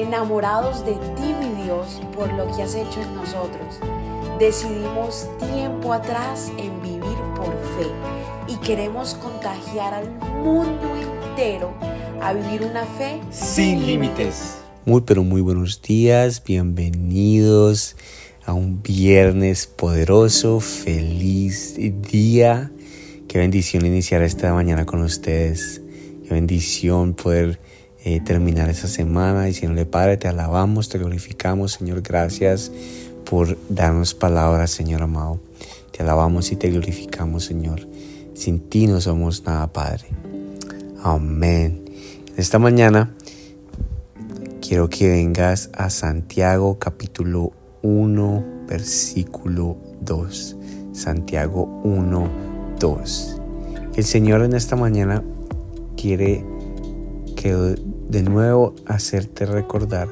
enamorados de ti, mi Dios, por lo que has hecho en nosotros. Decidimos tiempo atrás en vivir por fe y queremos contagiar al mundo entero a vivir una fe sin límites. Muy buenos días, bienvenidos a un viernes poderoso, feliz día. Qué bendición iniciar esta mañana con ustedes, qué bendición poder terminar esta semana diciéndole: Padre, te alabamos, te glorificamos, Señor, gracias por darnos palabras, Señor amado. Te alabamos y te glorificamos, Señor. Sin ti no somos nada, Padre. Amén. En esta mañana quiero que vengas a Santiago capítulo 1, versículo 2. Santiago 1, 2. El Señor en esta mañana quiere que de nuevo hacerte recordar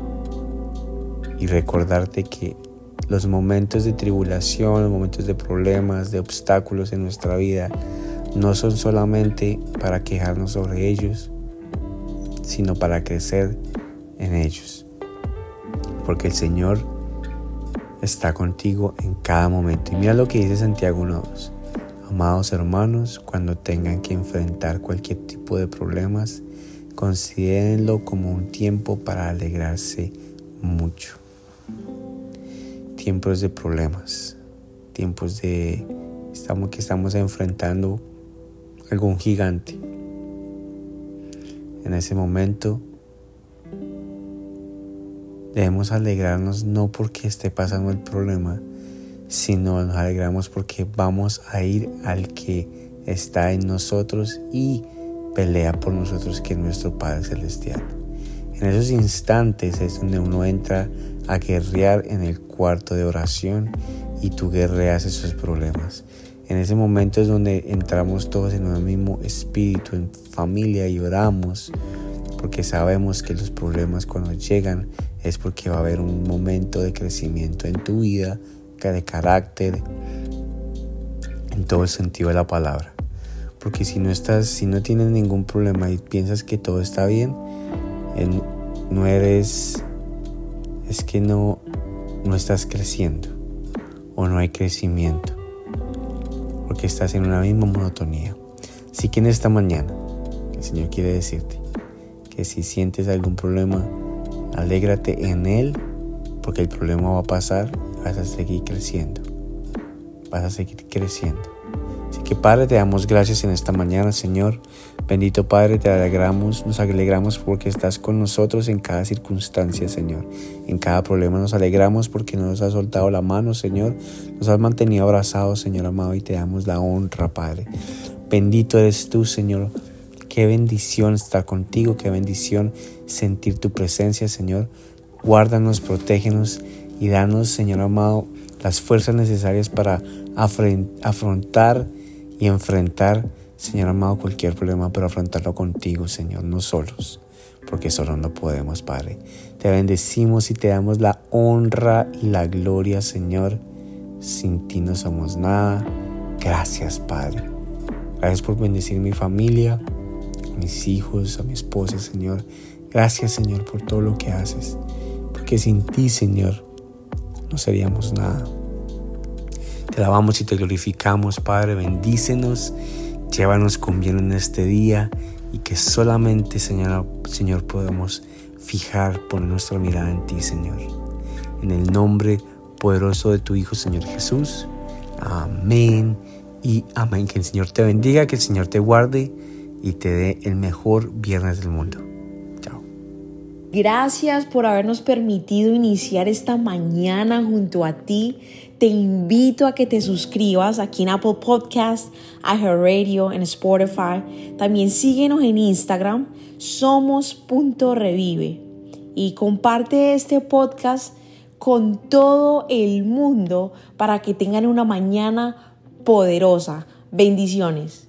y recordarte que los momentos de tribulación, los momentos de problemas, de obstáculos en nuestra vida no son solamente para quejarnos sobre ellos, sino para crecer en ellos. Porque el Señor está contigo en cada momento. Y mira lo que dice Santiago 1:2. Amados hermanos, cuando tengan que enfrentar cualquier tipo de problemas, considérenlo como un tiempo para alegrarse mucho. Tiempos de problemas, tiempos que estamos enfrentando algún gigante. En ese momento debemos alegrarnos no porque esté pasando el problema, sino nos alegramos porque vamos a ir al que está en nosotros y pelea por nosotros, que es nuestro Padre Celestial. En esos instantes es donde uno entra a guerrear en el cuarto de oración y tú guerreas esos problemas. En ese momento es donde entramos todos en un mismo espíritu, en familia, y oramos porque sabemos que los problemas cuando llegan es porque va a haber un momento de crecimiento en tu vida, de carácter, en todo el sentido de la palabra. Porque si no tienes ningún problema y piensas que todo está bien, no estás creciendo o no hay crecimiento, porque estás en una misma monotonía. Así que en esta mañana el Señor quiere decirte que si sientes algún problema, alégrate en Él, porque el problema va a pasar y vas a seguir creciendo. Así que Padre, te damos gracias en esta mañana, Señor. Bendito Padre, nos alegramos porque estás con nosotros en cada circunstancia, Señor. En cada problema nos alegramos porque no nos has soltado la mano, Señor. Nos has mantenido abrazados, Señor amado, y te damos la honra, Padre. Bendito eres tú, Señor. Qué bendición estar contigo, qué bendición sentir tu presencia, Señor. Guárdanos, protégenos y danos, Señor amado, las fuerzas necesarias para afrontar y enfrentar, Señor amado, cualquier problema, pero afrontarlo contigo, Señor, no solos, porque solos no podemos, Padre. Te bendecimos y te damos la honra y la gloria, Señor. Sin ti no somos nada. Gracias, Padre. Gracias por bendecir mi familia, a mis hijos, a mi esposa, Señor. Gracias, Señor, por todo lo que haces, porque sin ti, Señor, no seríamos nada. Te alabamos y te glorificamos, Padre. Bendícenos, llévanos con bien en este día y que solamente, Señor, podemos poner nuestra mirada en ti, Señor. En el nombre poderoso de tu Hijo, Señor Jesús. Amén y amén. Que el Señor te bendiga, que el Señor te guarde y te dé el mejor viernes del mundo. Chao. Gracias por habernos permitido iniciar esta mañana junto a ti. Te invito a que te suscribas aquí en Apple Podcasts, iHeartRadio, en Spotify. También síguenos en Instagram, somos.revive. Y comparte este podcast con todo el mundo para que tengan una mañana poderosa. Bendiciones.